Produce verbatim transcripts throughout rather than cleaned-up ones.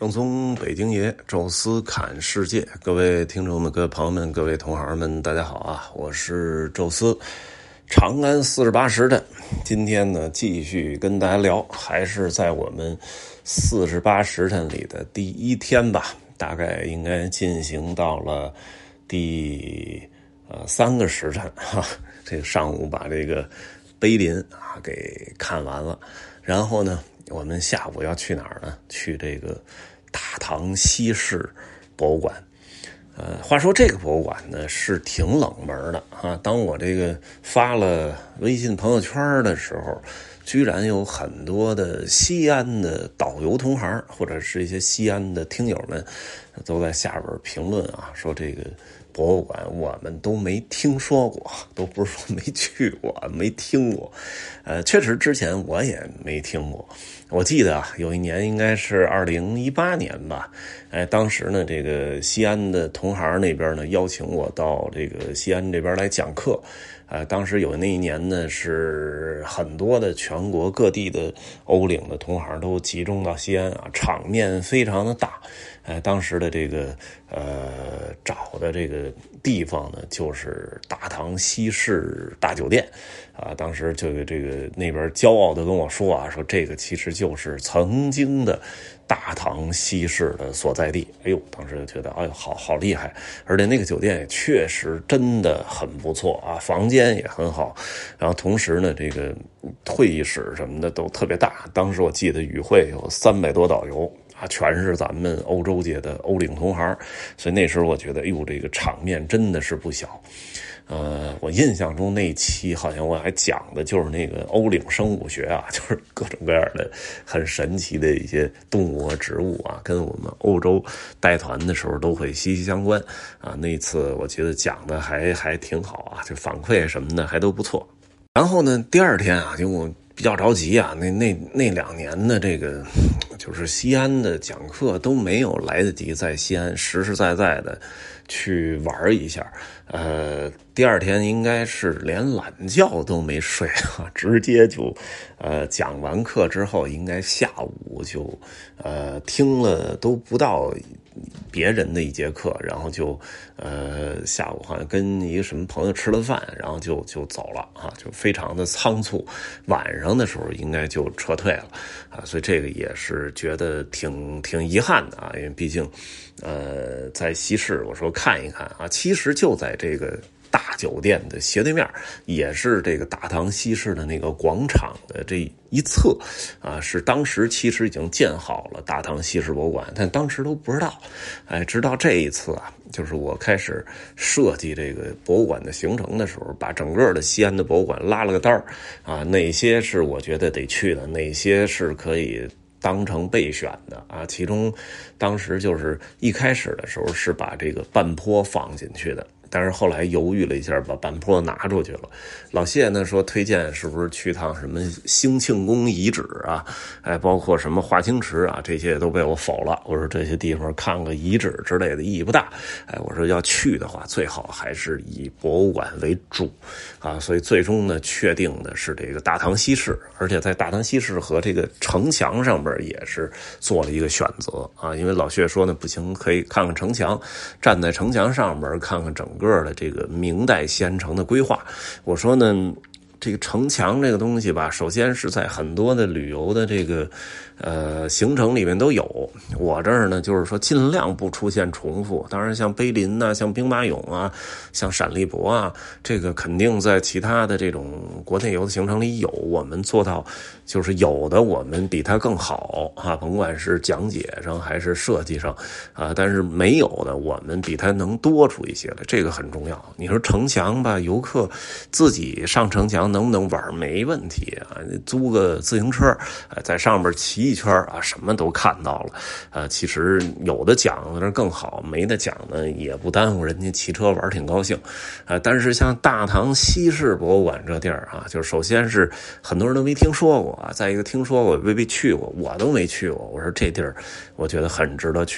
正宗北京爷，宙斯侃世界。各位听众们、各位朋友们、各位同行们，大家好啊！我是宙斯，长安四十八时辰。今天呢，继续跟大家聊，还是在我们四十八时辰里的第一天吧，大概应该进行到了第呃三个时辰哈。这个上午把这个碑林啊给看完了，然后呢，我们下午要去哪儿呢？去这个大唐西市博物馆。呃，话说这个博物馆呢是挺冷门的啊。当我这个发了微信朋友圈的时候，居然有很多的西安的导游同行或者是一些西安的听友们都在下边评论啊，说这个博物馆我们都没听说过，都不是说没去过，没听过。呃，确实之前我也没听过。我记得啊，有一年应该是二零一八年吧，哎，当时呢，这个西安的同行那边呢邀请我到这个西安这边来讲课。呃，当时有那一年呢，是很多的全国各地的欧领的同行都集中到西安啊，场面非常的大。呃，当时的这个呃找的这个地方呢，就是大唐西市大酒店啊。当时这个这个那边骄傲的跟我说啊，说这个其实就是曾经的大唐西市的所在地。哎呦，当时就觉得哎呦，好好厉害，而且那个酒店也确实真的很不错啊，房间也很好，然后同时呢，这个会议室什么的都特别大。当时我记得与会有三百多导游。全是咱们欧洲界的欧领同行，所以那时候我觉得，哎呦，这个场面真的是不小。呃，我印象中那期好像我还讲的就是那个欧领生物学啊，就是各种各样的很神奇的一些动物和植物啊，跟我们欧洲带团的时候都会息息相关啊。那次我觉得讲的还还挺好啊，就反馈什么的还都不错。然后呢，第二天啊，就我比较着急啊，那那那两年的这个就是西安的讲课都没有来得及在西安实实在在的去玩一下。呃，第二天应该是连懒觉都没睡啊，直接就呃讲完课之后，应该下午就呃听了都不到别人的一节课，然后就呃下午好像跟一个什么朋友吃了饭，然后就就走了啊，就非常的仓促。晚上的时候应该就撤退了啊，所以这个也是觉得挺挺遗憾的啊，因为毕竟呃在西市我说看一看啊，其实就在这个大酒店的斜对面，也是这个大唐西市的那个广场的这一侧啊，是当时其实已经建好了大唐西市博物馆，但当时都不知道。哎，直到这一次啊，就是我开始设计这个博物馆的行程的时候，把整个的西安的博物馆拉了个单儿啊，哪些是我觉得得去的，哪些是可以当成备选的啊。其中当时就是一开始的时候是把这个半坡放进去的，但是后来犹豫了一下，把半坡拿出去了。老谢呢说推荐是不是去趟什么兴庆宫遗址啊，哎，包括什么华清池啊，这些都被我否了。我说这些地方看个遗址之类的意义不大。哎，我说要去的话，最好还是以博物馆为主啊。所以最终呢，确定的是这个大唐西市，而且在大唐西市和这个城墙上边也是做了一个选择啊。因为老谢说呢，不行，可以看看城墙，站在城墙上边看看整个个的这个明代西安城的规划。我说呢，这个城墙这个东西吧，首先是在很多的旅游的这个呃行程里面都有，我这儿呢就是说尽量不出现重复。当然像碑林啊，像兵马俑啊，像陕历博啊，这个肯定在其他的这种国内游的行程里有，我们做到就是有的我们比它更好啊，甭管是讲解上还是设计上啊，但是没有的我们比它能多出一些来，这个很重要。你说城墙吧，游客自己上城墙能不能玩？没问题啊，租个自行车在上面骑一圈啊，什么都看到了。呃，其实有的讲的更好，没的讲呢也不耽误人家骑车玩挺高兴。呃，但是像大唐西市博物馆这地儿啊，就是首先是很多人都没听说过啊，再一个听说过未必去过，我都没去过。我说这地儿我觉得很值得去。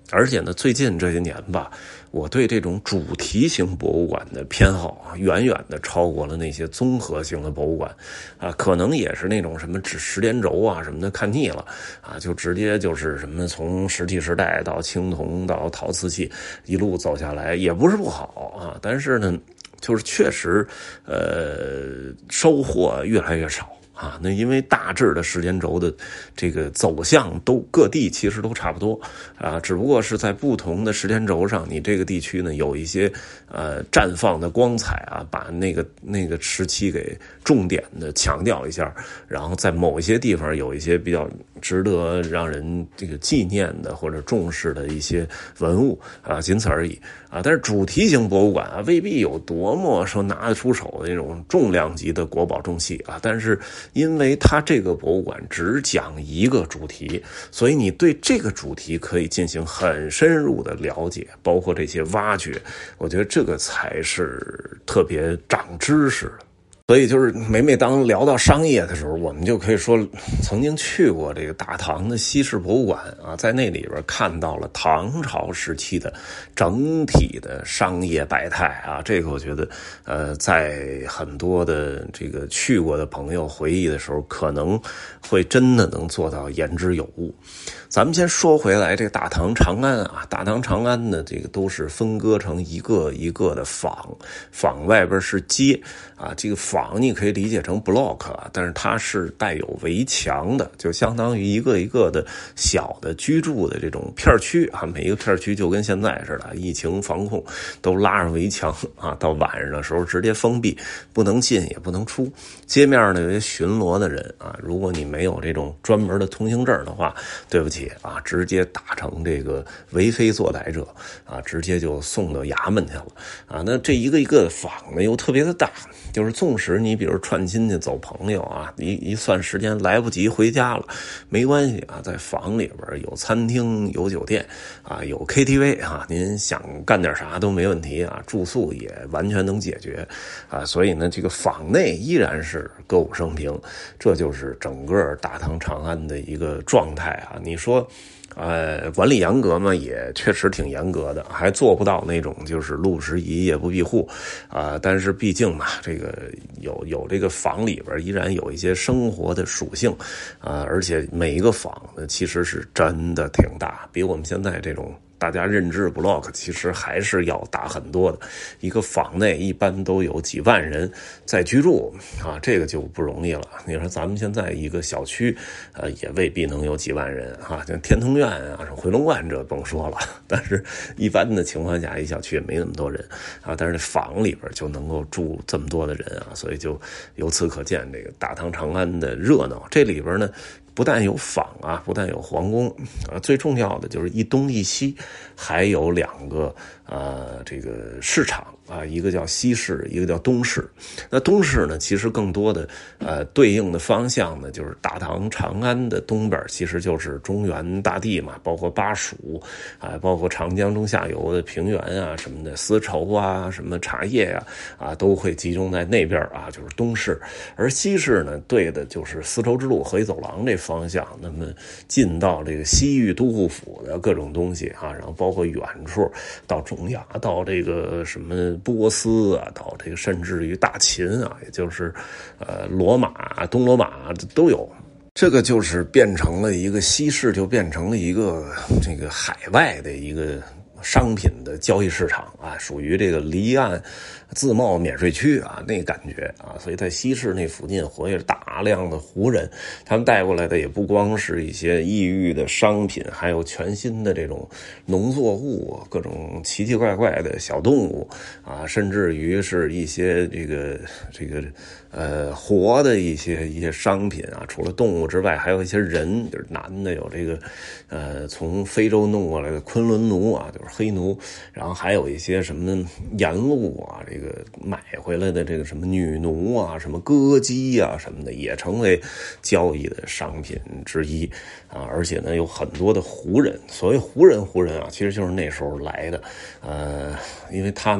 而且呢，最近这些年吧，我对这种主题型博物馆的偏好啊，远远的超过了那些综合性的博物馆，啊，可能也是那种什么指时间轴啊什么的看腻了，啊，就直接就是什么从石器时代到青铜到陶瓷器一路走下来，也不是不好啊，但是呢，就是确实，呃，收获越来越少。啊，那因为大致的时间轴的这个走向都各地其实都差不多啊，只不过是在不同的时间轴上，你这个地区呢有一些呃绽放的光彩啊，把那个那个时期给重点的强调一下，然后在某一些地方有一些比较值得让人这个纪念的或者重视的一些文物啊，仅此而已啊。但是主题型博物馆啊，未必有多么说拿得出手的那种重量级的国宝重器啊，但是因为它这个博物馆只讲一个主题，所以你对这个主题可以进行很深入的了解，包括这些挖掘，我觉得这个才是特别长知识的。所以就是每每当聊到商业的时候，我们就可以说曾经去过这个大唐的西市博物馆啊，在那里边看到了唐朝时期的整体的商业百态啊，这个我觉得呃，在很多的这个去过的朋友回忆的时候，可能会真的能做到言之有物。咱们先说回来，这个大唐长安啊，大唐长安呢，这个都是分割成一个一个的坊，坊外边是街啊，这个坊你可以理解成 block 啊，但是它是带有围墙的，就相当于一个一个的小的居住的这种片区啊，每一个片区就跟现在似的，疫情防控都拉上围墙啊，到晚上的时候直接封闭，不能进也不能出。街面呢有些巡逻的人啊，如果你没有这种专门的通行证的话，对不起啊，直接打成这个为非作歹者啊，直接就送到衙门去了啊。那这一个一个的坊呢又特别的大，就是纵使你比如串亲戚走朋友啊，一一算时间来不及回家了，没关系啊，在坊里边有餐厅有酒店啊，有 K T V 啊，您想干点啥都没问题啊，住宿也完全能解决啊。所以呢，这个坊内依然是歌舞升平，这就是整个大唐长安的一个状态啊。你说呃，管理严格嘛，也确实挺严格的，还做不到那种就是路时移夜不闭户啊、呃。但是毕竟嘛，这个有有这个坊里边依然有一些生活的属性啊、呃，而且每一个坊呢，其实是真的挺大，比我们现在这种大家认知 block 其实还是要大很多的。一个坊内一般都有几万人在居住啊，这个就不容易了。你说咱们现在一个小区呃也未必能有几万人啊，像天通苑啊回龙观这甭说了，但是一般的情况下一小区也没那么多人啊，但是坊里边就能够住这么多的人啊，所以就由此可见这个大唐长安的热闹。这里边呢不但有坊啊，不但有皇宫啊，最重要的就是一东一西，还有两个呃这个市场啊，一个叫西市，一个叫东市。那东市呢，其实更多的呃对应的方向呢，就是大唐长安的东边，其实就是中原大地嘛，包括巴蜀啊，包括长江中下游的平原啊什么的，丝绸啊，什么茶叶呀 啊, 啊，都会集中在那边啊，就是东市。而西市呢，对的就是丝绸之路河西走廊这方向，那么进到这个西域都护府的各种东西啊，然后包括远处到中亚，到这个什么波斯啊，到这个甚至于大秦啊，也就是呃罗马、东罗马都有。这个就是变成了一个西市，就变成了一个这个海外的一个商品的交易市场啊，属于这个离岸自贸免税区啊，那感觉啊，所以在西市那附近活跃着大量的胡人，他们带过来的也不光是一些异域的商品，还有全新的这种农作物，各种奇奇怪怪的小动物啊，甚至于是一些这个这个呃活的一些一些商品啊，除了动物之外，还有一些人，就是男的有这个呃从非洲弄过来的昆仑奴啊，就是黑奴，然后还有一些什么沿路啊，这个买回来的这个什么女奴啊，什么歌姬啊什么的，也成为交易的商品之一啊。而且呢，有很多的胡人，所谓胡人胡人啊，其实就是那时候来的，呃，因为他们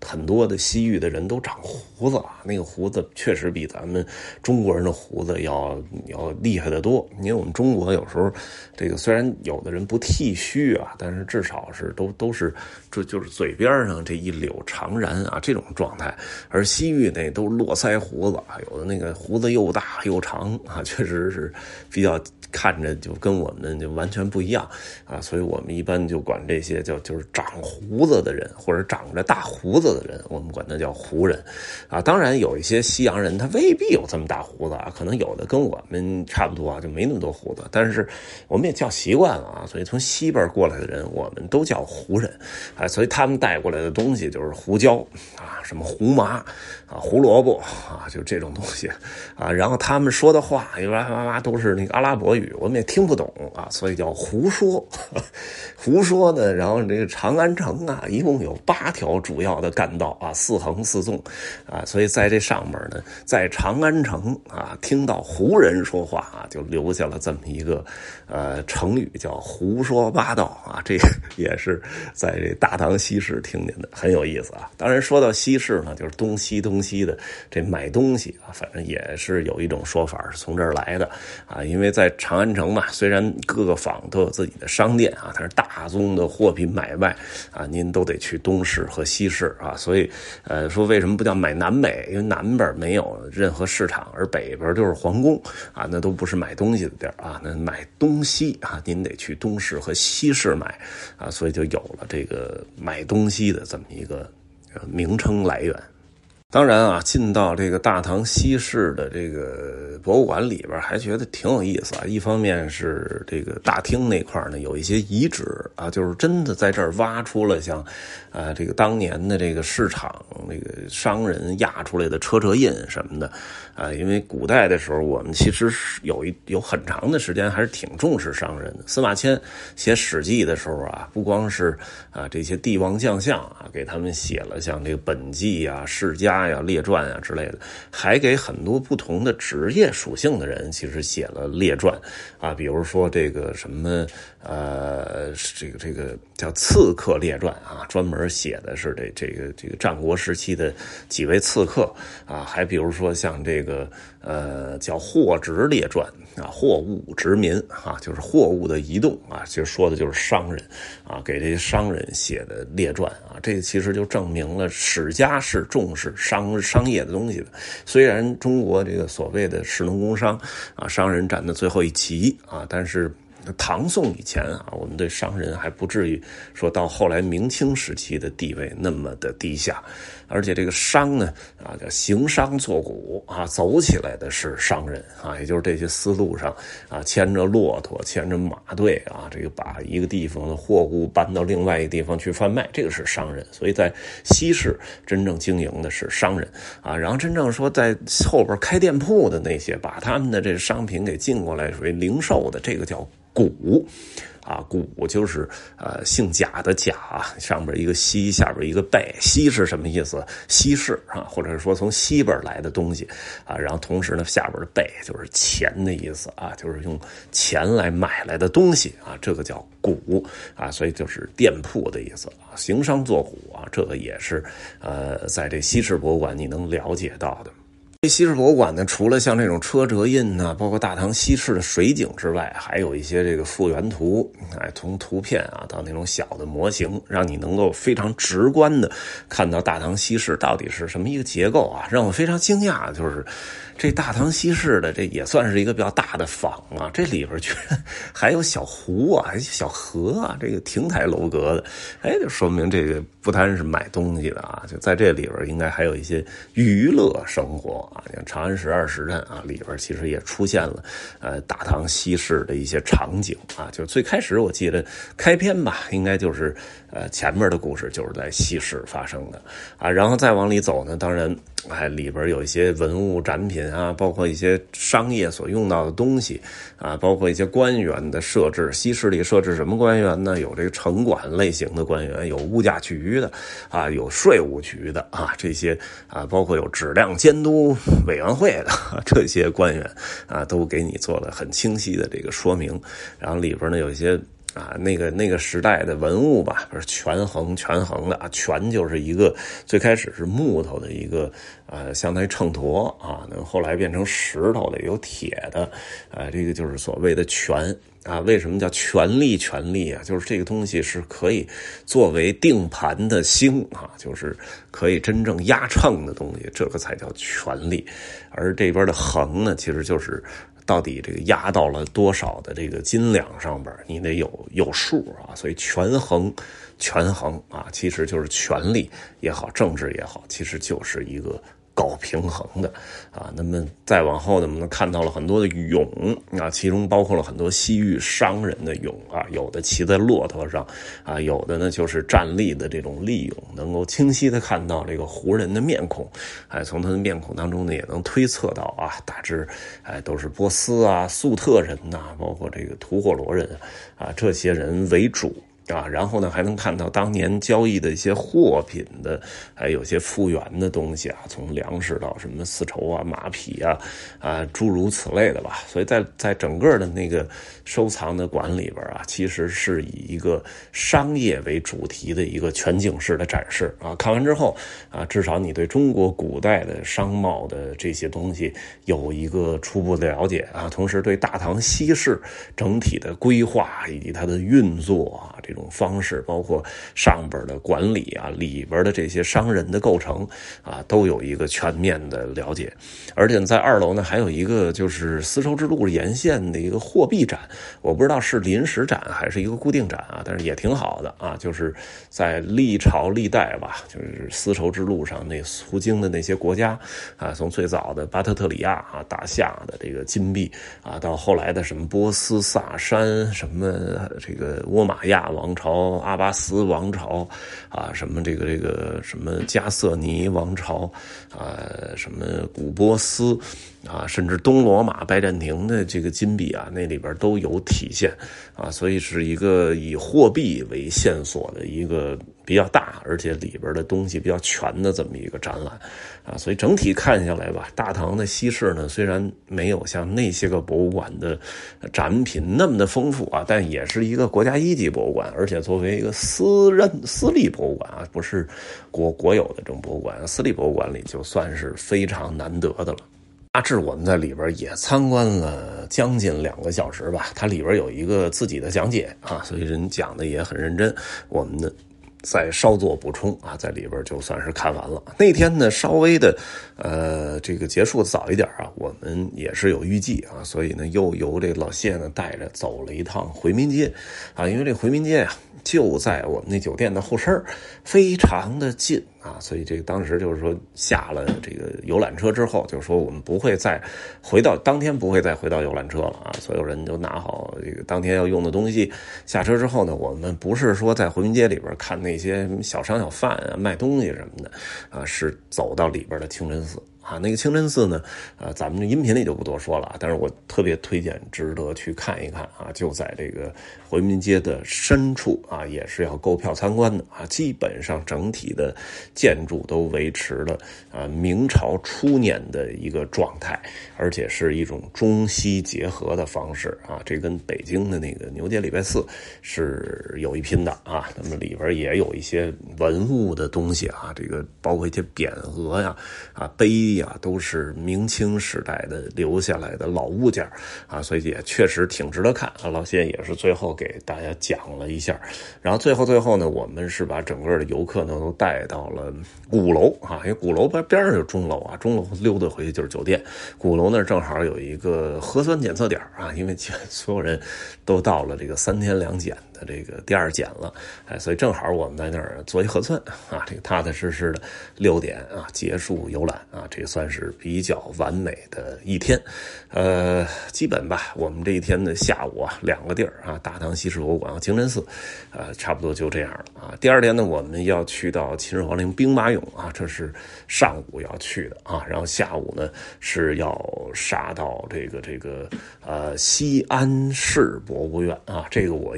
很多的西域的人都长胡子啊，那个胡子确实比咱们中国人的胡子要要厉害得多。因为我们中国有时候这个虽然有的人不剃须啊，但是至少是都都是这就是嘴边上这一绺长髯啊这种状态，而西域那都络腮胡子啊，有的那个胡子又大又长啊，确实是比较看着就跟我们就完全不一样啊，所以我们一般就管这些叫就是长胡子的人或者长着大胡子的人，我们管他叫胡人啊。当然有一些西洋人他未必有这么大胡子啊，可能有的跟我们差不多啊，就没那么多胡子，但是我们也叫习惯了啊，所以从西边过来的人我们都叫胡人啊，所以他们带过来的东西就是胡椒啊，什么胡麻啊、胡萝卜啊，就这种东西啊。然后他们说的话哇哇哇都是那个阿拉伯语，我们也听不懂啊，所以叫胡说。胡说呢，然后这个长安城啊，一共有八条主要的干道啊，四横四纵啊，所以在这上面呢，在长安城啊，听到胡人说话啊，就留下了这么一个呃成语叫胡说八道啊，这也是在这大唐西市听见的，很有意思啊。当然说到西市呢，就是东西东西的这买东西啊，反正也是有一种说法是从这儿来的啊，因为在长安城嘛，虽然各个坊都有自己的商店啊，但是大宗的货品买卖啊，您都得去东市和西市啊，所以呃说为什么不叫买南北？因为南边没有任何市场，而北边就是皇宫啊，那都不是买东西的地儿啊，那买东西啊，您得去东市和西市买啊，所以就有了这个买东西的这么一个名称来源。当然啊，进到这个大唐西市的这个博物馆里边，还觉得挺有意思啊。一方面是这个大厅那块呢，有一些遗址啊，就是真的在这儿挖出了像，呃，这个当年的这个市场那个商人压出来的车辙印什么的啊。因为古代的时候，我们其实是有一有很长的时间还是挺重视商人的。司马迁写《史记》的时候啊，不光是啊这些帝王将相啊，给他们写了像这个本纪啊、世家呀、列传啊之类的，还给很多不同的职业属性的人其实写了列传啊，比如说这个什么呃，这个这个叫刺客列传啊，专门写的是这这个这个战国时期的几位刺客啊，还比如说像这个呃叫货殖列传啊，货物殖民啊，就是货物的移动啊，其实说的就是商人啊，给这些商人写的列传啊，这其实就证明了史家是重视商商业的东西的。虽然中国这个所谓的士农工商啊，商人占的最后一级啊，但是唐宋以前啊，我们对商人还不至于说到后来明清时期的地位那么的低下，而且这个商呢啊，叫行商坐谷啊，走起来的是商人啊，也就是这些丝路上啊，牵着骆驼、牵着马队啊，这个把一个地方的货物搬到另外一个地方去贩卖，这个是商人。所以在西市真正经营的是商人啊，然后真正说在后边开店铺的那些，把他们的这商品给进过来属于零售的，这个叫贾啊，贾就是呃姓贾的贾啊，上边一个西，下边一个贝，西是什么意思？西市啊，或者是说从西边来的东西啊，然后同时呢下边的贝就是钱的意思啊，就是用钱来买来的东西啊，这个叫贾啊，所以就是店铺的意思啊，行商坐贾啊，这个也是呃在这西市博物馆你能了解到的。西市博物馆呢，除了像这种车辙印呢，包括大唐西市的水景之外，还有一些这个复原图，哎，从图片啊到那种小的模型，让你能够非常直观的看到大唐西市到底是什么一个结构啊。让我非常惊讶的就是这大唐西市的这也算是一个比较大的坊啊，这里边居然还有小湖啊，还有小河啊，这个亭台楼阁的，哎，就说明这个不单是买东西的啊，就在这里边应该还有一些娱乐生活啊，像长安十二时辰啊，里边其实也出现了呃大唐西市的一些场景啊，就最开始我记得开篇吧，应该就是呃前面的故事就是在西市发生的啊，然后再往里走呢，当然哎里边有一些文物展品啊，包括一些商业所用到的东西啊，包括一些官员的设置。西市里设置什么官员呢？有这个城管类型的官员，有物价局的啊，有税务局的啊，这些啊，包括有质量监督委员会的这些官员啊，都给你做了很清晰的这个说明。然后里边呢有一些啊，那个那个时代的文物吧，是权衡权衡的啊，权就是一个最开始是木头的一个呃，相当于秤砣啊，那后来变成石头的，有铁的，啊，这个就是所谓的权啊。为什么叫权力？权力啊，就是这个东西是可以作为定盘的星啊，就是可以真正压秤的东西，这个才叫权力。而这边的衡呢，其实就是到底这个压到了多少的这个斤两上边，你得有有数啊。所以权衡权衡啊，其实就是权力也好，政治也好，其实就是一个搞平衡的啊。那么再往后呢，我们看到了很多的俑啊，其中包括了很多西域商人的俑啊，有的骑在骆驼上啊，有的呢就是站立的这种立俑，能够清晰的看到这个胡人的面孔，哎，从他的面孔当中呢，也能推测到啊，大致哎都是波斯啊、粟特人呐、啊，包括这个吐火罗人啊，这些人为主。啊，然后呢，还能看到当年交易的一些货品的，还有些复原的东西啊，从粮食到什么丝绸啊、马匹啊，啊，诸如此类的吧。所以在在整个的那个收藏的馆里边啊，其实是以一个商业为主题的一个全景式的展示啊。看完之后啊，至少你对中国古代的商贸的这些东西有一个初步的了解啊，同时对大唐西市整体的规划以及它的运作啊，这种方式，包括上边的管理啊，里边的这些商人的构成啊，都有一个全面的了解。而且在二楼呢，还有一个就是丝绸之路沿线的一个货币展，我不知道是临时展还是一个固定展啊，但是也挺好的啊，就是在历朝历代吧，就是丝绸之路上那途经的那些国家啊，从最早的巴特特里亚啊打下的这个金币啊，到后来的什么波斯萨珊，什么这个倭马亚王朝、阿巴斯王朝啊，什么这个这个什么加瑟尼王朝啊，什么古波斯啊，甚至东罗马拜占庭的这个金币啊，那里边都有体现啊，所以是一个以货币为线索的一个比较大，而且里边的东西比较全的这么一个展览啊，所以整体看下来吧，大唐的西市呢，虽然没有像那些个博物馆的展品那么的丰富啊，但也是一个国家一级博物馆，而且作为一个私人私立博物馆啊，不是国国有的这种博物馆，私立博物馆里就算是非常难得的了。大致我们在里边也参观了将近两个小时吧，它里边有一个自己的讲解啊，所以人讲的也很认真，我们呢再稍作补充啊，在里边就算是看完了。那天呢稍微的呃这个结束早一点啊，我们也是有预计啊，所以呢又由这老谢呢带着走了一趟回民街啊，因为这回民街啊就在我们那酒店的后身，非常的近啊，所以这个当时就是说下了这个游览车之后，就是说我们不会再回到当天不会再回到游览车了啊，所有人都拿好这个当天要用的东西，下车之后呢，我们不是说在回民街里边看那些小商小贩啊卖东西什么的啊，是走到里边的清真寺。啊，那个清真寺呢，呃，咱们的音频里就不多说了，但是我特别推荐，值得去看一看啊，就在这个回民街的深处啊，也是要购票参观的啊，基本上整体的建筑都维持了啊明朝初年的一个状态，而且是一种中西结合的方式啊，这跟北京的那个牛街礼拜寺是有一拼的啊，那么里边也有一些文物的东西啊，这个包括一些匾额呀、啊碑呀，都是明清时代的留下来的老物件啊，所以也确实挺值得看啊。老谢也是最后给大家讲了一下，然后最后最后呢，我们是把整个的游客呢都带到了鼓楼啊，因为鼓楼边边上有钟楼啊，钟楼溜达回去就是酒店，鼓楼那儿正好有一个核酸检测点啊，因为所有人都到了这个三天两检的这个第二检了，哎，所以正好我们在那儿做一核酸啊，这个踏踏实实的六点啊结束游览啊，这算是比较完美的一天，呃，基本吧，我们这一天的下午啊，两个地儿啊，大唐西市博物馆和清真寺，呃，差不多就这样了啊。第二天呢，我们要去到秦始皇陵兵马俑啊，这是上午要去的啊，然后下午呢是要杀到这个这个呃西安市博物院啊，这个我应该也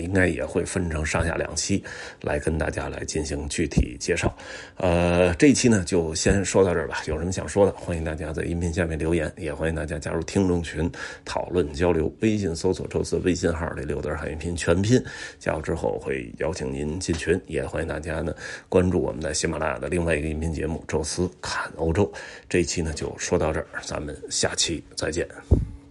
也会分成上下两期来跟大家来进行具体介绍。呃，这一期呢就先说到这儿吧，有什么想说的，欢迎大家在音频下面留言，也欢迎大家加入听众群讨论交流。微信搜索宙斯微信号里六字汉语拼全拼，加入之后会邀请您进群，也欢迎大家呢关注我们在喜马拉雅的另外一个音频节目《宙斯看欧洲》。这一期呢就说到这儿，咱们下期再见。